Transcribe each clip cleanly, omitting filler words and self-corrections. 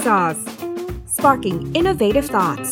Jaws Sparking Innovative Thoughts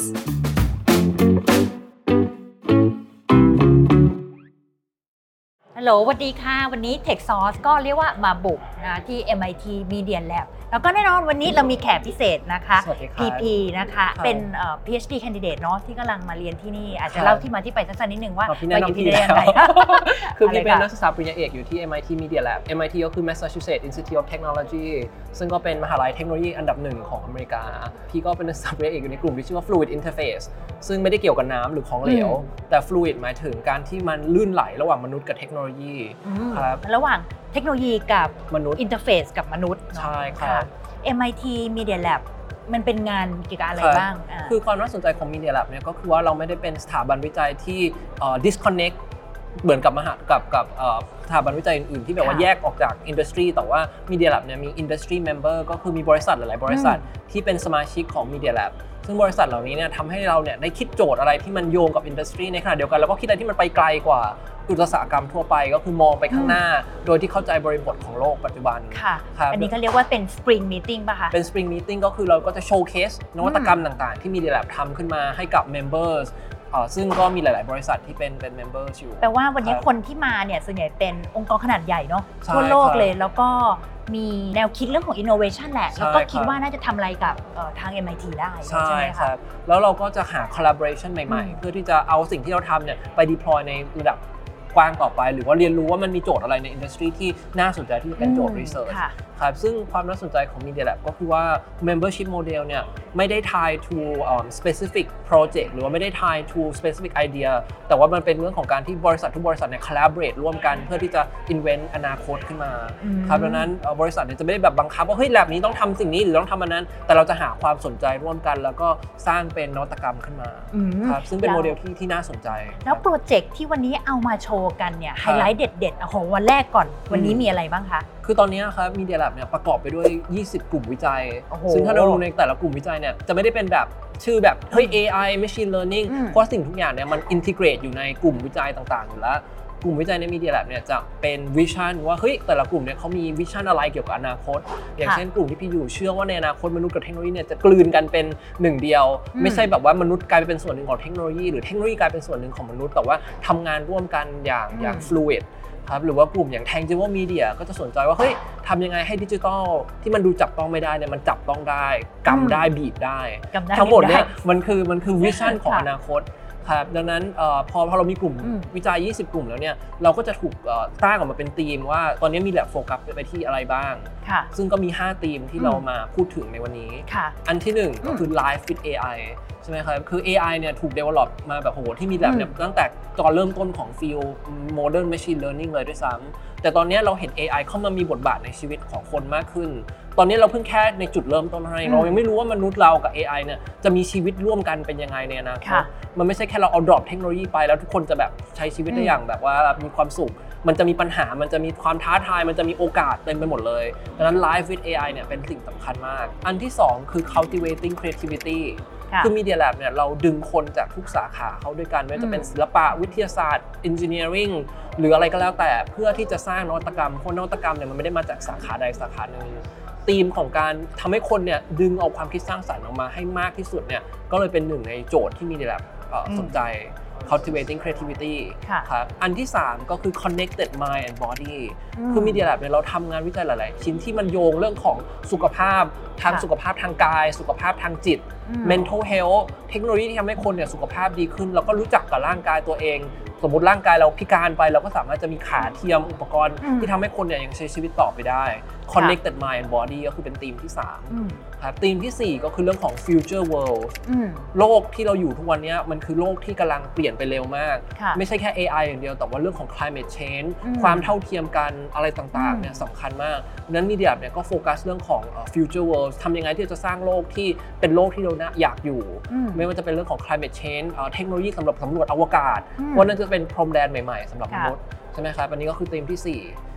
ฮัลโหลสวัสดีค่ะวันนี้ Tech Sauce ก็เรียกว่ามาบุกนะที่ MIT Media Lab แล้วก็แน่นอนวันนี้เรามีแขกพิเศษนะคะ PP นะคะเป็น PhD candidate เนาะที่กำลังมาเรียนที่นี่อาจจะเล่าที่มาที่ไปสั้นๆนิดนึงว่าไปอยู่ที่นี่ได้ยังไงคือพี่เป็นนักศึกษาปริญญาเอกอยู่ที่ MIT Media Lab MIT ก็คือ Massachusetts Institute of Technology ซึ่งก็เป็นมหาลัยเทคโนโลยีอันดับหนึ่งของอเมริกาพี่ก็เป็นนักศึกษาปริญญาเอกอยู่ในกลุ่มที่ชื่อว่า Fluid Interface ซึ่งไม่ได้เกี่ยวกับน้ำหรือของเหลวแต่ Fluid หมายถึงการที่มันลื่นไหลระหว่างมนุษย์กับเทคโนโลยีครับระหว่างเทคโนโลยีกับมนุษย์อินเทอร์เฟซกับมนุษย์ใช่ครับ MIT Media Lab มันเป็นงานเกี่ยวกับอะไรบ้างคือความน่าสนใจของ Media Lab เนี่ยก็คือว่าเราไม่ได้เป็นสถาบันวิจัยที่disconnect เหมือนกับสถาบันวิจัยอื่นๆที่แบบว่าแยกออกจากอินดัสทรีแต่ว่า Media Lab เนี่ยมี Industry Member ก็คือมีบริษัทหลายๆบริษัทที่เป็นสมาชิกของ Media Lab ซึ่งบริษัทเหล่านี้เนี่ยทำให้เราเนี่ยได้คิดโจทย์อะไรที่มันโยงกับอินดัสทรีในขณะเดียวกันแล้วก็คิดอะไรที่มันไปไกลกว่าอุตสาหกรรมทั่วไปก็คือมองไปข้างหน้าโดยที่เข้าใจบริบทของโลกปัจจุบันค่ะอันนี้ก็เรียกว่าเป็น Spring Meeting ป่ะคะเป็น Spring Meeting ก็คือเราก็จะโชว์เคสนวัตกรรมต่างๆที่ Media Lab ทำขึ้นมาให้กับ Members ซึ่งก็มีหลายๆบริษัทที่เป็น Members อยู่แปลว่าวันนี้คนที่มาเนี่ยส่วนใหญ่เป็นองค์กรขนาดใหญ่เนาะทั่วโลกเลยแล้วก็มีแนวคิดเรื่องของ innovation แหละแล้วก็คิดว่าน่าจะทำอะไรกับทาง MIT ได้ใช่ไหมคะแล้วเราก็จะหา collaboration ใหม่ๆเพื่อที่จะเอาสิ่งที่เราทำเนี่ยไป deploy ในระดับกว้างต่อไปหรือว่าเรียนรู้ว่ามันมีโจทย์อะไรในอินดัสทรีที่น่าสนใจที่จะเป็นโจทย์ research ครับซึ่งความน่าสนใจของ Media Lab ก็คือว่า membership model เนี่ยไม่ได้ tie to specific project หรือว่าไม่ได้ tie to specific idea แต่ว่ามันเป็นเรื่องของการที่บริษัททุกบริษัทเนี่ย collaborate ร่วมกันเพื่อที่จะ invent อนาคตขึ้นมาครับดังนั้นบริษัทเนี่ยจะไม่ได้แบบบังคับว่าเฮ้ย lab นี้ต้องทำสิ่งนี้หรือต้องทำอันนั้นแต่เราจะหาความสนใจร่วมกันแล้วก็สร้างเป็นนวัตกรรมขึ้นมาครับซึ่งเป็นโมเดลที่น่าสนใจแล้วโปรเจกต์ที่วันนี้เอามาโชว์กันเนี่ยไฮไลท์เด็ดๆของวันแรกก่อนวันนี้มีอะไรบ้างคะคือตอนนี้ครับ Media Lab เนี่ยประกอบไปด้วย 20 กลุ่มวิจัยซึ่งถ้าเราดูในแต่ละกลุ่มวิจัยเนี่ยจะไม่ได้เป็นแบบชื่อแบบเฮ้ย AI Machine Learning เพราะสิ่งทุกอย่างเนี่ยมัน integrate อยู่ในกลุ่มวิจัยต่างๆอยู่แล้วกลุ่มวิจัยใน Media Lab เนี่ยจะเป็นวิชั่นว่าเฮ้ยแต่ละกลุ่มเนี่ยเขามีวิชั่นอะไรเกี่ยวกับอนาคตอย่างเช่นกลุ่มที่พี่อยู่เชื่อว่าในอนาคตมนุษย์กับเทคโนโลยีเนี่ยจะกลืนกันเป็นหนึ่งเดียวไม่ใช่แบบว่ามนุษย์กลายเป็นส่วนหนึ่งของเทคโนโลยีหรือเทคโนโลยีกลายเป็นส่วนหนึ่งของมนุษย์แต่ว่าทำงานร่วมกันอย่าง fluidครับหรือว่ากลุ่มอย่าง Tangible Media ก็จะสนใจว่าเฮ้ยทำยังไงให้ดิจิทัลที่มันดูจับต้องไม่ได้เนี่ยมันจับต้องได้กำได้บีบได้ทั้งหมดเนี่ยมันคือวิชั่นของอนาคตครับดังนั้นพอเรามีกลุ่มวิจัย20 กลุ่มแล้วเนี่ยเราก็จะถูกสร้างออกมาเป็นธีมว่าตอนนี้มีแลบโฟกัสไปที่อะไรบ้างซึ่งก็มี5ธีมที่เรามาพูดถึงในวันนี้อันที่1ก็คือ Life with AIใช่ไหมครับคือ AI เนี่ยถูก develop มาแบบโหที่มีแลบเนี่ยตั้งแต่ตอนเริ่มต้นของฟิล Modern Machine Learning เลยด้วยซ้ำแต่ตอนนี้เราเห็น AI เข้ามามีบทบาทในชีวิตของคนมากขึ้นตอนนี้เราเพิ่งแค่ในจุดเริ่มต้นเท่านั้นเรายังไม่รู้ว่ามนุษย์เรากับ AI เนี่ยจะมีชีวิตร่วมกันเป็นยังไงในอนาคตมันไม่ใช่แค่เราเอา drop เทคโนโลยีไปแล้วทุกคนจะแบบใช้ชีวิตได้อย่างแบบว่ามีความสุขมันจะมีปัญหามันจะมีความท้าทายมันจะมีโอกาสเต็มไปหมดเลยดังนั้น Life with AI เนี่ยเป็นสิ่งสำคัญมากอันที่2คือ cultivating creativity คือ Media Lab เนี่ยเราดึงคนจากทุกสาขาเข้าด้วยกันไม่ว่าจะเป็นศิลปะวิทยาศาสตร์ engineering หรืออะไรก็แล้วแต่เพื่อที่จะสร้างนวัตกรรมเพราะนวัตกรรมเนี่ยมันไม่ได้มาจากสาขาใดสาขาหนึ่งธีมของการทำให้คนเนี่ยดึงเอาความคิดสร้างสรรค์ออกมาให้มากที่สุดเนี่ยก็เลยเป็นหนึ่งในโจทย์ที่ Media Lab สนใจ cultivating creativity ครับอันที่3ก็คือ connected mind and body คือ Media Lab เนี่ยเราทำงานวิจัยหลายๆชิ้นที่มันโยงเรื่องของสุขภาพทางสุขภาพทางกายสุขภาพทางจิต mental health เทคโนโลยีที่ทำให้คนเนี่ยสุขภาพดีขึ้นแล้วก็รู้จักกับร่างกายตัวเองสมมติร่างกายเราพิการไปเราก็สามารถจะมีขาเทียมอุปกรณ์ที่ทำให้คนเนี่ยยังใช้ชีวิตต่อไปได้ connected mind and body ก็คือเป็นธีมที่3ครับธีมที่4ก็คือเรื่องของ future world โลกที่เราอยู่ทุกวันนี้มันคือโลกที่กำลังเปลี่ยนไปเร็วมากไม่ใช่แค่ AI อย่างเดียวแต่ว่าเรื่องของ climate change ความเท่าเทียมกันอะไรต่างๆเนี่ยสำคัญมากนั้น Media Lab เนี่ยก็โฟกัสเรื่องของ future world ทำยังไงที่จะสร้างโลกที่เป็นโลกที่เราอยากอยู่ไม่ว่าจะเป็นเรื่องของ climate change เทคโนโลยีสำหรับสำรวจอวกาศว่านั่นจะเป็นพรมแดนใหม่ๆสำหรับมนุษย์ใช่ไหมครับอันนี้ก็คือธีมที่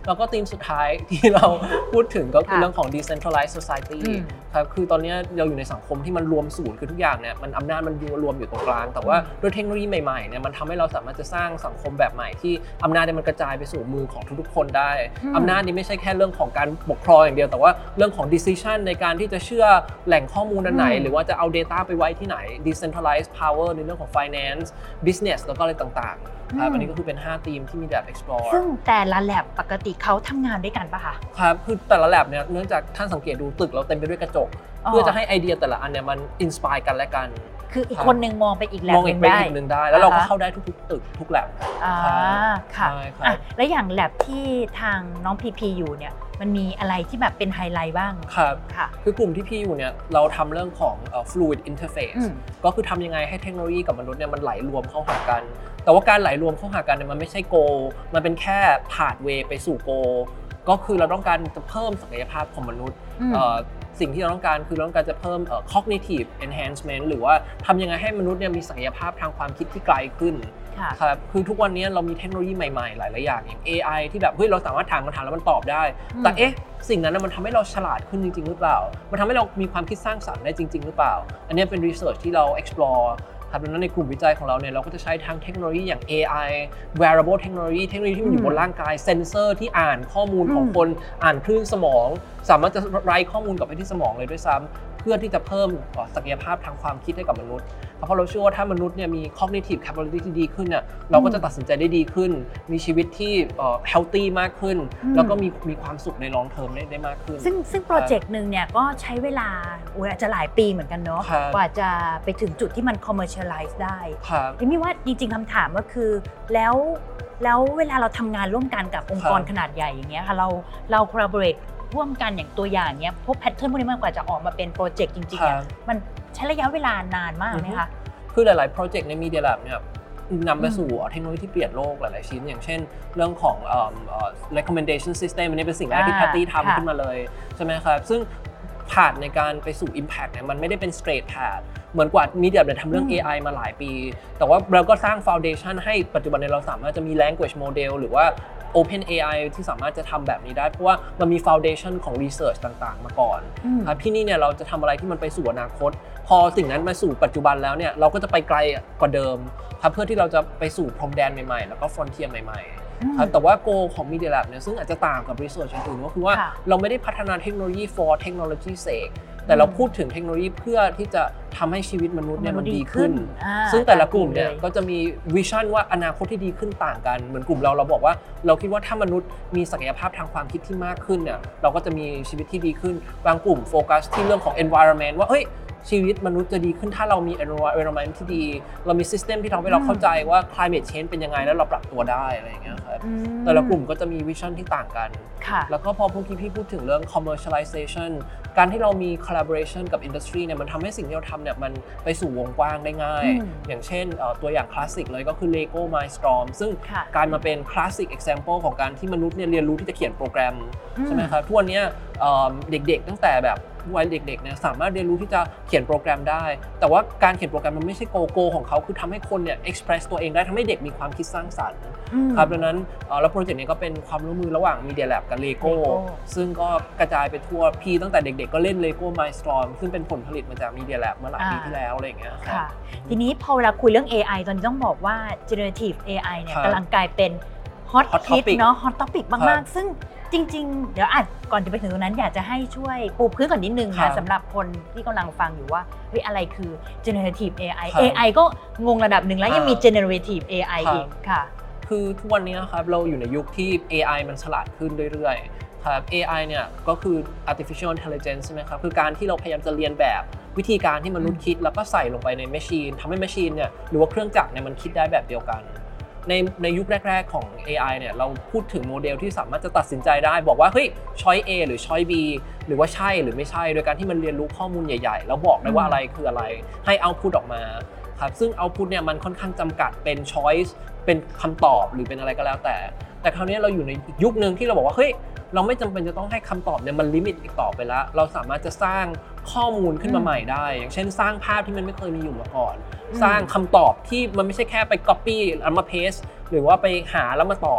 แล้วก็ธีมสุดท้ายที่เราพูดถึงก็คือค่ะเรื่องของ decentralized society ครับคือตอนนี้เราอยู่ในสังคมที่มันรวมศูนย์คือทุกอย่างเนี่ยมันอำนาจมันรวมอยู่ตรงกลางแต่ว่าด้วยเทคโนโลยีใหม่ๆเนี่ยมันทำให้เราสามารถจะสร้างสังคมแบบใหม่ที่อำนาจเนี่ยมันกระจายไปสู่มือของทุกๆคนได้อำนาจนี้ไม่ใช่แค่เรื่องของการปกครองอย่างเดียวแต่ว่าเรื่องของ decision ในการที่จะเชื่อแหล่งข้อมูลอันไหนหรือว่าจะเอา data ไปไว้ที่ไหน decentralized power ในเรื่องของ finance business แล้วก็อะไรต่างๆครับอันนี้ก็คือเป็น5ธีมที่มีแบบ explore ซึ่งแต่ละแลบปกติเขาทำงานด้วยกันปะคะครับคือแต่ละ lab เนี่ยเนื่องจากท่านสังเกตดูตึกเราเต็มไปด้วยกระจกเพื่อจะให้ไอเดียแต่ละอันเนี่ยมัน inspire กันและกันคืออีกคนนึงมองไปอีกแลบมองหอีนึ่กงไปได้อีกหนึ่งได้แล้วเราก็เข้าได้ทุกๆตึกทุก lab ค่ะใช่ครับอ่ะแล้วอย่างแลบที่ทางน้องพีพีอยู่เนี่ยมันมีอะไรที่แบบเป็นไฮไลท์บ้างครับค่ะคือกลุ่มที่พี่อยู่เนี่ยเราทำเรื่องของfluid interface ก็คือทำยังไงให้เทคโนโลยีกับมนุษย์เนี่ยมันไหลรวมเข้าหากัน แต่ว่าการไหลรวมเข้าหากันเนี่ยมันไม่ใช่ goal มันเป็นแค่ผ่านเวไปสู่ goal ก็คือเราต้องการจะเพิ่มศักยภาพของมนุษย์สิ่งที่เราต้องการคือเราต้องการจะเพิ่มcognitive enhancement หรือว่าทำยังไงให้มนุษย์เนี่ยมีศักยภาพทางความคิดที่ไกลขึ้นครับคือทุกวันนี้เรามีเทคโนโลยีใหม่ๆหลายๆอย่างอย่าง AI ที่แบบเฮ้ยเราสามารถถามคำถามแล้วมันตอบได้แต่สิ่งนั้นมันทำให้เราฉลาดขึ้นจริงๆหรือเปล่ามันทำให้เรามีความคิดสร้างสรรค์ได้จริงๆหรือเปล่าอันนี้เป็น research ที่เรา explore ครับดังนั้นในกลุ่มวิจัยของเราเนี่ยเราก็จะใช้ทั้งเทคโนโลยีอย่าง AI wearable technology เทคโนโลยีที่มันอยู่บนร่างกายเซ็นเซอร์ที่อ่านข้อมูลของคนอ่านคลื่นสมองสามารถจะไร้ข้อมูลกลับไปที่สมองเลยด้วยซ้ำเพื่อที่จะเพิ่มศักยภาพทางความคิดให้กับมนุษย์เพราะเราเชื่อว่าถ้ามนุษย์เนี่ยมี cognitive capability ที่ดีขึ้นเนี่ยเราก็จะตัดสินใจได้ดีขึ้นมีชีวิตที่healthy มากขึ้นแล้วก็มีความสุขใน long term ได้มากขึ้นซึ่งโปรเจกต์หนึ่งเนี่ยก็ใช้เวลาอาจจะหลายปีเหมือนกันเนาะกว่าจะไปถึงจุดที่มัน commercialize ได้พี่ว่าจริงๆคำถามก็คือแล้วเวลาเราทำงานร่วมกันกับองค์กรขนาดใหญ่อย่างเงี้ยค่ะเรา collaborate ร่วมกันอย่างตัวอย่างเนี้ยพวกแพทเทิร์นพวกนี้มันกว่าจะออกมาเป็นโปรเจกต์จริงๆเนี่ยมันใช้ระยะเวลานานมากไหมคะคือหลายๆโปรเจกต์ใน Media Lab เนี่ยนำไปสู่เทคโนโลยีที่เปลี่ยนโลกหลายๆชิ้นอย่างเช่นเรื่องของrecommendation system อันนี้เป็นสิ่งแรกที่แพตตี้ทำขึ้นมาเลยใช่ไหมครับซึ่งผ่านในการไปสู่ impact เนี่ยมันไม่ได้เป็น straight path เหมือนกว่า Media เนี่ยทำเรื่อง AI มาหลายปีแต่ว่าเราก็สร้าง foundation ให้ปัจจุบันเนี่ยเราสามารถจะมี language model หรือว่าOpen AI ที่สามารถจะทำแบบนี้ได้เพราะว่ามันมี foundation ของ research ต่างๆมาก่อนครับที่นี่เนี่ยเราจะทำอะไรที่มันไปสู่อนาคตพอสิ่งนั้นมาสู่ปัจจุบันแล้วเนี่ยเราก็จะไปไกลกว่าเดิมครับเพื่อที่เราจะไปสู่พรมแดนใหม่ๆแล้วก็ frontier ใหม่ๆครับแต่ว่า goal ของ Media Lab เนี่ยซึ่งอาจจะต่างกับ research อื่นๆก็คือว่าเราไม่ได้พัฒนาเทคโนโลยี for technology sake แต่เราพูดถึงเทคโนโลยีเพื่อที่จะทำให้ชีวิตมนุษย์เนี่ยมันดีขึ้นซึ่งแต่ละกลุ่มเนี่ยก็จะมีวิชั่นว่าอนาคตที่ดีขึ้นต่างกันเหมือนกลุ่มเราบอกว่าเราคิดว่าถ้ามนุษย์มีศักยภาพทางความคิดที่มากขึ้นเนี่ยเราก็จะมีชีวิตที่ดีขึ้นบางกลุ่มโฟกัสที่เรื่องของ environment ว่าเฮ้ยชีวิตมนุษย์จะดีขึ้นถ้าเรามี environment ที่ดีเรามี system ที่ทำให้เราเข้าใจว่า climate change เป็นยังไงแล้วเราปรับตัวได้อะไรอย่างเงี้ยครับแต่ละกลุ่มก็จะมีวิชั่นที่ต่างกันแล้วก็พอพวกพี่พูดถึงเรื่อง commercialization การที่เรามี collaboration กับ industry เนี่ยมันทำให้สิ่งที่เราทำเนี่ยมันไปสู่วงกว้างได้ง่ายอย่างเช่นตัวอย่างคลาสสิกเลยก็คือ Lego Mindstorm ซึ่งกลายมาเป็น classic example ของการที่มนุษย์เนี่ยเรียนรู้ที่จะเขียนโปรแกรมใช่ไหมครับทุกวันนี้เด็กๆตั้งแต่แบบวัยเด็กๆเนี่ยสามารถเรียนรู้ที่จะเขียนโปรแกรมได้แต่ว่าการเขียนโปรแกรมมันไม่ใช่โกของเขาคือทำให้คนเนี่ย express ตัวเองได้ทำให้เด็กมีความคิดสร้างสรรค์ครับดังนั้นแล้วโปรเจกต์นี้ก็เป็นความร่วมมือระหว่าง Media Lab กับ Lego ซึ่งก็กระจายไปทั่วพี่ตั้งแต่เด็กๆก็เล่น Lego Mindstorm ซึ่งเป็นผลผลิตมาจาก Media Lab เมื่อหลายปีที่แล้วอะไรอย่างเงี้ยค่ะทีนี้พอเวลาคุยเรื่อง AI ตอนนี้ต้องบอกว่า generative AI เนี่ยกำลังกลายเป็น hot hit เนาะ hot topic มากๆซึ่งจริงๆเดี๋ยวก่อนจะไปถึงตรงนั้นอยากจะให้ช่วยปูพื้นก่อนนิดนึงนะสำหรับคนที่กำลังฟังอยู่ว่าเฮ้ยอะไรคือ generative AI AI ก็งงระดับหนึ่งแล้วยังมี generative AI อีกค่ะคือทุกวันนี้ครับเราอยู่ในยุคที่ AI มันฉลาดขึ้นเรื่อยๆครับ AI เนี่ยก็คือ artificial intelligence ใช่ไหมครับคือการที่เราพยายามจะเรียนแบบวิธีการที่มนุษย์คิดแล้วก็ใส่ลงไปในแมชชีนทำให้แมชชีนเนี่ยหรือว่าเครื่องจักรเนี่ยมันคิดได้แบบเดียวกันในยุคแรกๆของ AI เนี่ยเราพูดถึงโมเดลที่สามารถจะตัดสินใจได้บอกว่าเฮ้ยช้อย A หรือช้อย B หรือว่าใช่หรือไม่ใช่โดยการที่มันเรียนรู้ข้อมูลใหญ่ๆแล้วบอกได้ว่าอะไรคืออะไรให้เอาพุตออกมาครับซึ่งเอาพุตเนี่ยมันค่อนข้างจำกัดเป็นช้อยส์เป็นคำตอบหรือเป็นอะไรก็แล้วแต่คราวนี้เราอยู่ในยุคนึงที่เราบอกว่าเฮ้ยเราไม่จำเป็นจะต้องให้คำตอบเนี่ยมันลิมิตอีกต่อไปแล้วเราสามารถจะสร้างข้อมูลขึ้นมาใหม่ได้อย่างเช่นสร้างภาพที่มันไม่เคยมีอยู่มาก่อนสร้างคำตอบที่มันไม่ใช่แค่ไป copy แล้วมา paste หรือว่าไปหาแล้วมาตอบ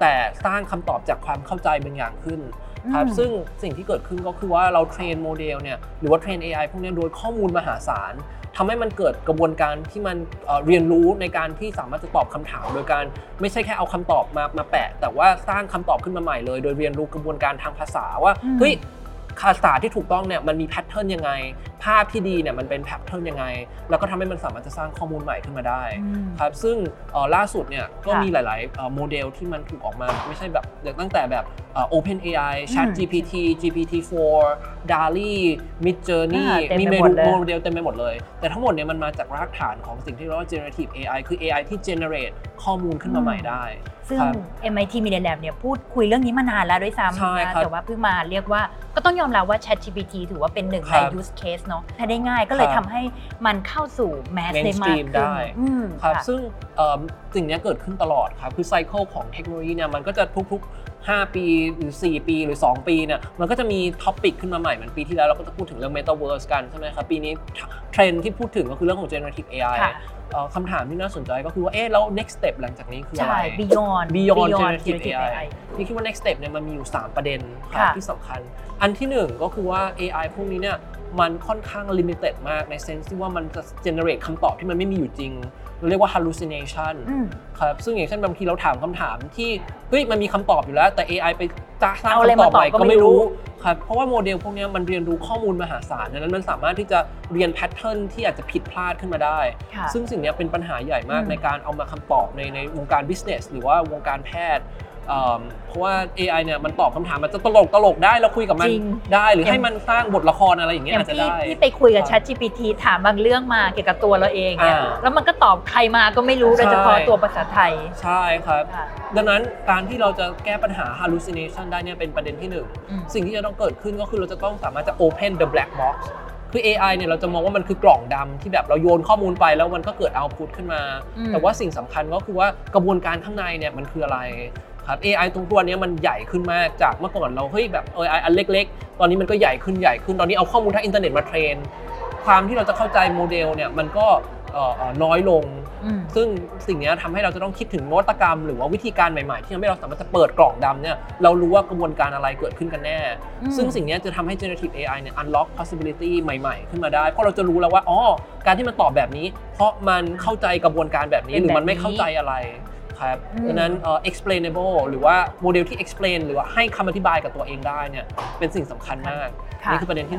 แต่สร้างคำตอบจากความเข้าใจบางอย่างขึ้นครับซึ่งสิ่งที่เกิดขึ้นก็คือว่าเราเทรนโมเดลเนี่ยหรือว่าเทรน AI พวกนี้โดยข้อมูลมหาศาลทำให้มันเกิดกระบวนการที่มันเรียนรู้ในการที่สามารถจะตอบคำถามโดยการไม่ใช่แค่เอาคำตอบมาแปะแต่ว่าสร้างคำตอบขึ้นมาใหม่เลยโดยเรียนรู้กระบวนการทางภาษาว่าเฮ้ยภาษาที่ถูกต้องเนี่ยมันมีแพทเทิร์นยังไงภาพที่ดีเนี่ยมันเป็นแพทเทิร์นยังไงแล้วก็ทำให้มันสามารถจะสร้างข้อมูลใหม่ขึ้นมาได้ครับซึ่งล่าสุดเนี่ยก็มีหลายๆโมเดลที่มันถูกออกมาไม่ใช่แบบตั้งแต่แบบOpenAI ChatGPT GPT-4 DALL-E Midjourney มีโมเดลเต็มไปหมดเลยแต่ทั้งหมดเนี่ยมันมาจากรากฐานของสิ่งที่เรียกว่า generative AI คือ AI ที่ generate ข้อมูลขึ้นมาใหม่ได้ซึ่ง MIT Media Lab เนี่ยพูดคุยเรื่องนี้มานานแล้วด้วยซ้ำนะแต่ว่าเพิ่งมาเรียกว่าก็ต้องยอมรับว่า ChatGPT ถือว่าเป็นหนึ่งใน use case เนาะใช้ได้ง่ายก็เลยทำให้มันเข้าสู่ mass ได้มากขึ้นครับซึ่งสิ่งนี้เกิดขึ้นตลอดครับคือไซเคิลของเทคโนโลยีเนี่ยมันก็จะทุกๆ5 ปีหรือ4 ปีหรือ2 ปีเนี่ยมันก็จะมีท็อปิกขึ้นมาใหม่เหมือนปีที่แล้วเราก็จะพูดถึงเรื่อง Metaverse กันใช่ไหมครับปีนี้เทรนด์ที่พูดถึงก็คือเรื่องของ generative AI คำถามที่น่าสนใจก็คือว่าแล้ว next step หลังจากนี้คืออะไร beyond generative AI พี่คิดว่า next step เนี่ยมันมีอยู่3ประเด็นที่สำคัญอันที่1ก็คือว่า AI พวกนี้เนี่ยมันค่อนข้าง limited มากในเซนส์ที่ว่ามันจะ generate คำตอบที่มันไม่มีอยู่จริงเราเรียกว่า hallucination ครับซึ่งอย่างเช่นบางทีเราถามคำถามที่เฮ้ยมันมีคำตอบอยู่แล้วแต่ AI ไปสร้างคำตอบใหม่ก็ไม่รู้ครับเพราะว่าโมเดลพวกนี้มันเรียนรู้ข้อมูลมหาศาลดังนั้นมันสามารถที่จะเรียนแพทเทิร์นที่อาจจะผิดพลาดขึ้นมาได้ซึ่งสิ่งนี้เป็นปัญหาใหญ่มากในการเอามาคำตอบในวงการ business หรือว่าวงการแพทย์เพราะว่า AI เนี่ยมันตอบคำถามมันจะตลกได้เราคุยกับมันได้หรือให้มันสร้างบทละครอะไรอย่างเงี้ยอาจจะได้ที่ไปคุยกับ ChatGPT ถามบางเรื่องมาเกี่ยวกับตัวเราเองเนี่ยแล้วมันก็ตอบใครมาก็ไม่รู้โดยเฉพาะตัวภาษาไทยใช่ครับดังนั้นการที่เราจะแก้ปัญหา hallucination ได้เนี่ยเป็นประเด็นที่1สิ่งที่จะต้องเกิดขึ้นก็คือเราจะต้องสามารถจะ open the black box คือ AI เนี่ยเราจะมองว่ามันคือกล่องดำที่แบบเราโยนข้อมูลไปแล้วมันก็เกิด output ขึ้นมาแต่ว่าสิ่งสำคัญก็คือว่ากระบวนการข้างในเนี่ยมันคืออะไรครับ AI ตรงตัวนี้มันใหญ่ขึ้นมากจากเมื่อก่อนเราแบบ AI อันเล็กๆตอนนี้มันก็ใหญ่ขึ้นตอนนี้เอาข้อมูลทางอินเทอร์เน็ตมาเทรนความที่เราจะเข้าใจโมเดลเนี่ยมันก็น้อยลงซึ่งสิ่งนี้ทำให้เราจะต้องคิดถึงนวัตกรรมหรือว่าวิธีการใหม่ๆที่ทำให้เราสามารถจะเปิดกล่องดำเนี่ยเรารู้ว่ากระบวนการอะไรเกิดขึ้นกันแน่ซึ่งสิ่งนี้จะทำให้ generative AI เนี่ย unlock possibility ใหม่ๆขึ้นมาได้เพราะเราจะรู้แล้วว่าการที่มันตอบแบบนี้เพราะมันเข้าใจกระบวนการแบบนี้หรือมันไม่เข้าใจอะไรดังนั้น explainable หรือว่าโมเดลที่ explain หรือว่าให้คำอธิบายกับตัวเองได้เนี่ยเป็นสิ่งสำคัญมากนี่คือประเด็นที่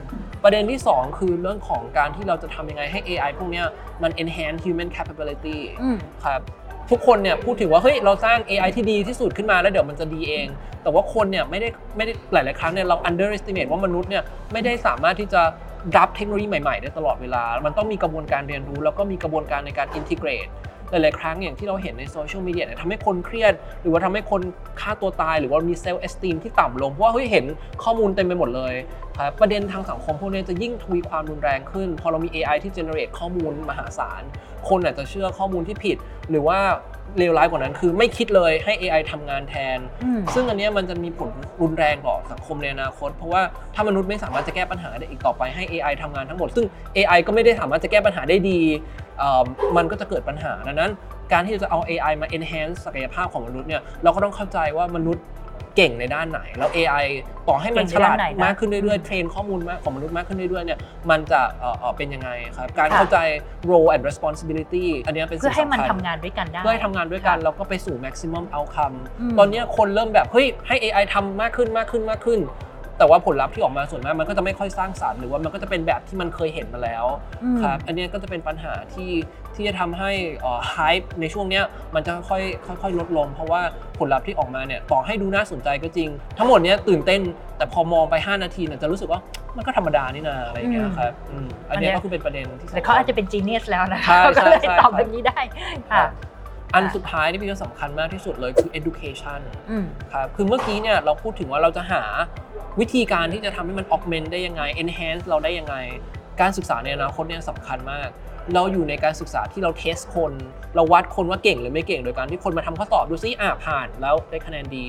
1ประเด็นที่2คือเรื่องของการที่เราจะทำยังไงให้ AI พวกนี้มัน enhance human capability ครับทุกคนเนี่ยพูดถึงว่าเฮ้ยเราสร้าง AI ที่ดีที่สุดขึ้นมาแล้วเดี๋ยวมันจะดีเองแต่ว่าคนเนี่ยไม่ได้หลายๆครั้งเนี่ยเรา underestimate ว่ามนุษย์เนี่ยไม่ได้สามารถที่จะรับเทคโนโลยีใหม่ๆได้ตลอดเวลามันต้องมีกระบวนการเรียนรู้แล้วก็มีกระบวนการในการ integrateหลายๆครั้งอย่างที่เราเห็นในโซเชียลมีเดียเนี่ยทำให้คนเครียดหรือว่าทำให้คนฆ่าตัวตายหรือว่ามีเซลฟ์เอสตีมที่ต่ำลงเพราะว่าเฮ้ยเห็นข้อมูลเต็มไปหมดเลยครับประเด็นทางสังคมพวกนี้จะยิ่งทวีความรุนแรงขึ้นพอเรามี AI ที่ generate ข้อมูลมหาศาลคนอาจจะเชื่อข้อมูลที่ผิดหรือว่าเลวร้ายกว่านั้นคือไม่คิดเลยให้ AI ทำงานแทนซึ่งอันนี้มันจะมีผลรุนแรงต่อสังคมในอนาคตเพราะว่าถ้ามนุษย์ไม่สามารถจะแก้ปัญหาได้อีกต่อไปให้ AI ทำงานทั้งหมดซึ่ง AI ก็ไม่ได้สามารถจะแก้ปัญหาได้ดีมันก็จะเกิดปัญหาดังนั้นการที่จะเอา AI มา enhance ศักยภาพของมนุษย์เนี่ยเราก็ต้องเข้าใจว่ามนุษย์เก่งในด้านไหนแล้ว AI ต่อให้มันฉลาดมากขึ้นเรื่อยๆเทรนข้อมูลของมนุษย์มากขึ้นเรื่อยๆเนี่ยมันจะเป็นยังไงครับการเข้าใจ role and responsibility อันนี้เป็นสิ่งสำคัญเพื่อให้มันทำงานด้วยกันได้เพื่อให้ทำงานด้วยกันแล้วก็ไปสู่ maximum outcome ตอนนี้คนเริ่มแบบเฮ้ยให้ AI ทำมากขึ้นแต่ว่าผลลัพธ์ที่ออกมาส่วนมากมันก็จะไม่ค่อยสร้างสรรค์หรือว่ามันก็จะเป็นแบบที่มันเคยเห็นมาแล้วครับอันนี้ก็จะเป็นปัญหาที่จะทำให้hype ในช่วงนี้มันจะค่อยลดลงเพราะว่าผลลัพธ์ที่ออกมาเนี่ยต่อให้ดูน่าสนใจก็จริงทั้งหมดนี้ตื่นเต้นแต่พอมองไป5 นาทีเนี่ยจะรู้สึกว่ามันก็ธรรมดานี่นาอะไรอย่างเงี้ยครับอันนี้ก็คือเป็นประเด็นที่แต่เขาอาจจะเป็น genius แล้วนะเขาก็เลยตอบแบบนี้ได้ค่ะอันสุดท้ายที่พี่ว่าสำคัญมากที่สุดเลยคือ education ครับคือเมื่อกี้เนี่ยเราพูดถึงว่าเราจะหาวิธีการที่จะทำให้มัน augment ได้ยังไง enhance เราได้ยังไงการศึกษาในอนาคตเนี่ยสำคัญมากเราอยู่ในการศึกษาที่เราเทสคนเราวัดคนว่าเก่งหรือไม่เก่งโดยการที่คนมาทำข้อสอบดูซิผ่านแล้วได้คะแนนดี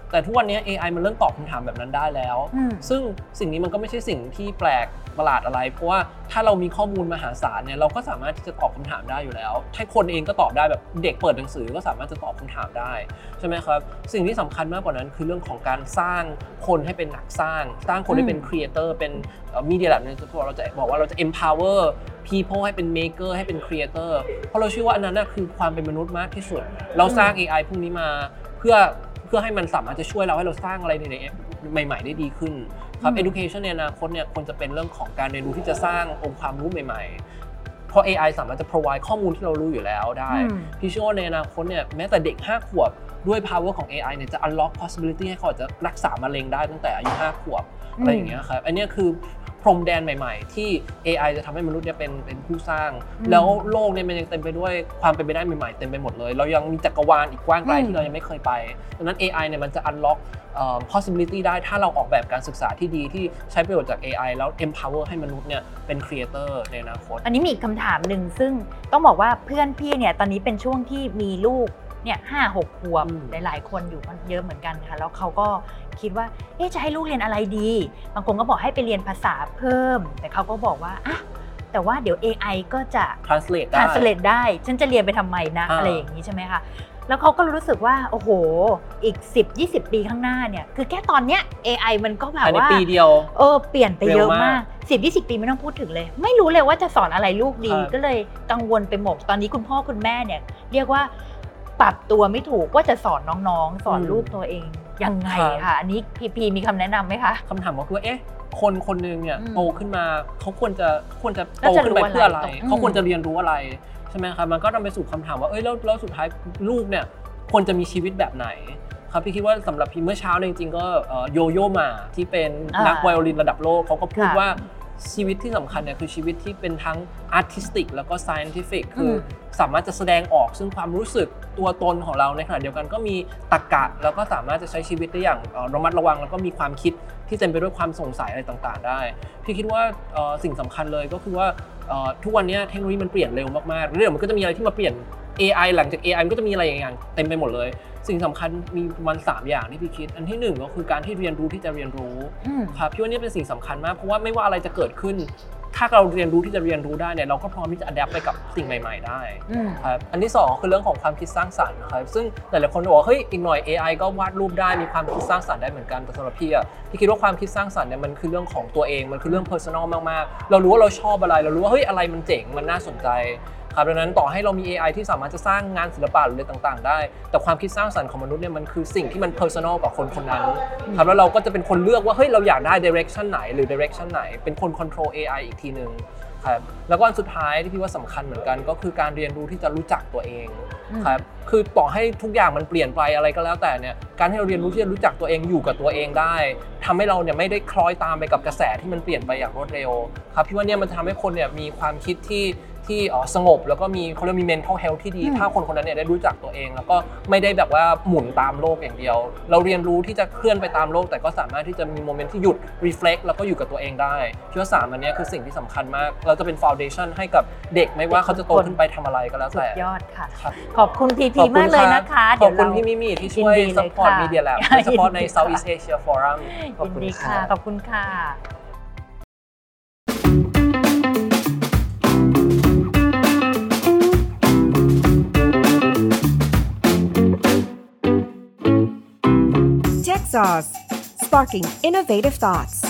แต่ทุกวันนี้ AI มันเริ่มตอบคำถามแบบนั้นได้แล้วซึ่งสิ่งนี้มันก็ไม่ใช่สิ่งที่แปลกประหลาดอะไรเพราะว่าถ้าเรามีข้อมูลมหาศาลเนี่ยเราก็สามารถที่จะตอบคำถามได้อยู่แล้วถ้าคนเองก็ตอบได้แบบเด็กเปิดหนังสือก็สามารถจะตอบคำถามได้ใช่ไหมครับสิ่งที่สำคัญมากกว่านั้นคือเรื่องของการสร้างคนให้เป็นนักสร้างคนให้เป็นครีเอเตอร์เป็นmedia lab เนี่ยเราจะบอกว่าเราจะ empower people ให้เป็น maker ให้เป็น creator เพราะเราเชื่อว่าอันนั้นคือความเป็นมนุษย์มากที่สุดเราสร้าง AI พวกนี้มาเพื่อให้มันสามารถจะช่วยเราให้เราสร้างอะไรใหม่ๆได้ดีขึ้นครับ education ในอนาคตเนี่ยควรจะเป็นเรื่องของการเรียนรู้ที่จะสร้างองค์ความรู้ใหม่ๆเพราะ AI สามารถจะ provide ข้อมูลที่เรารู้อยู่แล้วได้พี่เชื่อว่าในอนาคตเนี่ยแม้แต่เด็ก5 ขวบด้วย power ของ AI เนี่ยจะ unlock possibility ให้เขาจะรักษามะเร็งได้ตั้งแต่อายุ5 ขวบอะไรอย่างเงี้ยครับอันนี้คือพรมแดนใหม่ๆที่ AI จะทำให้มนุษย์เนี่ยเป็นผู้สร้างแล้วโลกเนี่ยมันยังเต็มไปด้วยความเป็นไปได้ใหม่ๆเต็มไปหมดเลยเรายังมีจักรวาลอีกกว้างไกลที่เรายังไม่เคยไปดังนั้น AI เนี่ยมันจะ unlock possibility ได้ถ้าเราออกแบบการศึกษาที่ดีที่ใช้ประโยชน์จาก AI แล้ว empower ให้มนุษย์เนี่ยเป็น creator ในอนาคตอันนี้มีอีกคำถามหนึ่งซึ่งต้องบอกว่าเพื่อนพี่เนี่ยตอนนี้เป็นช่วงที่มีลูกเนี่ย5-6 ขวบหลายๆคนอยู่เยอะเหมือนกันค่ะแล้วเขาก็คิดว่าจะให้ลูกเรียนอะไรดีบางคนก็บอกให้ไปเรียนภาษาเพิ่มแต่เขาก็บอกว่าแต่ว่าเดี๋ยว AI ก็จะ translate ได้ฉันจะเรียนไปทำไมนะอะไรอย่างนี้ใช่ไหมคะแล้วเขาก็รู้สึกว่าโอ้โหอีก 10-20 ปีข้างหน้าเนี่ยคือแค่ตอนเนี้ย AI มันก็แบบว่าปีเดียวเปลี่ยนไปเยอะมาก 10-20 ปีไม่ต้องพูดถึงเลยไม่รู้เลยว่าจะสอนอะไรลูกดีก็เลยกังวลไปหมดตอนนี้คุณพ่อคุณแม่เนี่ยเรียกว่าปรับตัวไม่ถูกว่าจะสอนน้องๆสอนลูกตัวเองยังไงค่ะอันนี้พีมีคำแนะนำไหมคะคำถามก็คือคนนึงเนี่ยโตขึ้นมาเขาควรจะโตขึ้นไปเพื่ออะไรเขาควรจะเรียนรู้อะไรใช่ไหมครับมันก็นำไปสู่คำถามว่าแล้วสุดท้ายลูกเนี่ยควรจะมีชีวิตแบบไหนครับพี่คิดว่าสำหรับพี่เมื่อเช้าจริงๆก็โยโย่มาที่เป็นนักไวโอลินระดับโลกเขาก็พูดว่าชีวิตที่สำคัญเนี่ยคือชีวิตที่เป็นทั้ง artistic แล้วก็ scientific คือสามารถจะแสดงออกซึ่งความรู้สึกตัวตนของเราในขณะเดียวกันก็มีตรรกะแล้วก็สามารถจะใช้ชีวิตได้อย่างระมัดระวังแล้วก็มีความคิดที่เต็มไปด้วยความสงสัยอะไรต่างๆได้พี่คิดว่าสิ่งสำคัญเลยก็คือว่าทุกวันนี้เทคโนโลยีมันเปลี่ยนเร็วมากๆเรื่องมันก็จะมีอะไรที่มาเปลี่ยน AI หลังจาก AI มันก็จะมีอะไรอย่างเต็มไปหมดเลยสิ่งสำคัญมีมัน3อย่างที่พี่คิดอันที่1ก็คือการที่เรียนรู้ที่จะเรียนรู้ครับพี่ว่านี่เป็นสิ่งสำคัญมากเพราะว่าไม่ว่าอะไรจะเกิดขึ้นถ้าเราเรียนรู้ที่จะเรียนรู้ได้เนี่ยเราก็พร้อมที่จะ adapt ไปกับสิ่งใหม่ๆได้ครับอันที่2คือเรื่องของความคิดสร้างสรรค์ครับซึ่งหลายๆคนบอกว่าเฮ้ยอีกหน่อย AI ก็วาดรูปได้มีความคิดสร้างสรรค์ได้เหมือนกันแต่สำหรับพี่คิดว่าความคิดสร้างสรรค์เนี่ยมันคือเรื่องของตัวเองมันคือเรื่อง personal มากๆเรารู้ว่าเราชอบอะไรเรารู้ว่าเฮ้ยอะไรมันเจ๋งมันน่าสนใจดังนั้นต่อให้เรามี AI ที่สามารถจะสร้างงานศิลปะหรืออะไรต่างๆได้แต่ความคิดสร้างสรรค์ของมนุษย์เนี่ยมันคือสิ่งที่มัน personal กับคนคนนั้นครับแล้วเราก็จะเป็นคนเลือกว่าเฮ้ยเราอยากได้ direction ไหนหรือ direction ไหนเป็นคน control AI อีกทีนึงครับแล้วก็อันสุดท้ายที่พี่ว่าสำคัญเหมือนกันก็คือการเรียนรู้ที่จะรู้จักตัวเองครับคือต่อให้ทุกอย่างมันเปลี่ยนไปอะไรก็แล้วแต่เนี่ยการที่เราเรียนรู้ที่จะรู้จักตัวเองอยู่กับตัวเองได้ทำให้เราเนี่ยไม่ได้คล้อยตามไปกับกระแสที่มันเปลี่ยนไปอย่างรวดเร็วครับพี่ว่าเนี่ยมันทำให้คนเนี่ยมีความคิดที่สงบแล้วก็เขาเรียกมี mental health ที่ดีถ้าคนคนนั้นเนี่ยได้รู้จักตัวเองแล้วก็ไม่ได้แบบว่าหมุนตามโลกอย่างเดียวเราเรียนรู้ที่จะเคลื่อนไปตามโลกแต่ก็สามารถที่จะมีโมเมนต์ที่หยุด reflect แล้วก็อยู่กับตัวเองได้พี่ว่า3อันนี้คือสิ่งที่สำคัญมากเราจะเป็น foundation ให้กับเด็กไม่ว่าเขาจะโตขึ้นไปทำอะไรก็แล้วแต่สุดยอดค่ะขอบคุณพีมากเลยนะคะขอบคุณพี่มิมี่ที่ช่วย support Media Lab โดยเฉพาะใน Southeast Asia Forum ขอบคุณค่ะขอบคุณค่ะ TechSauce, sparking innovative thoughts.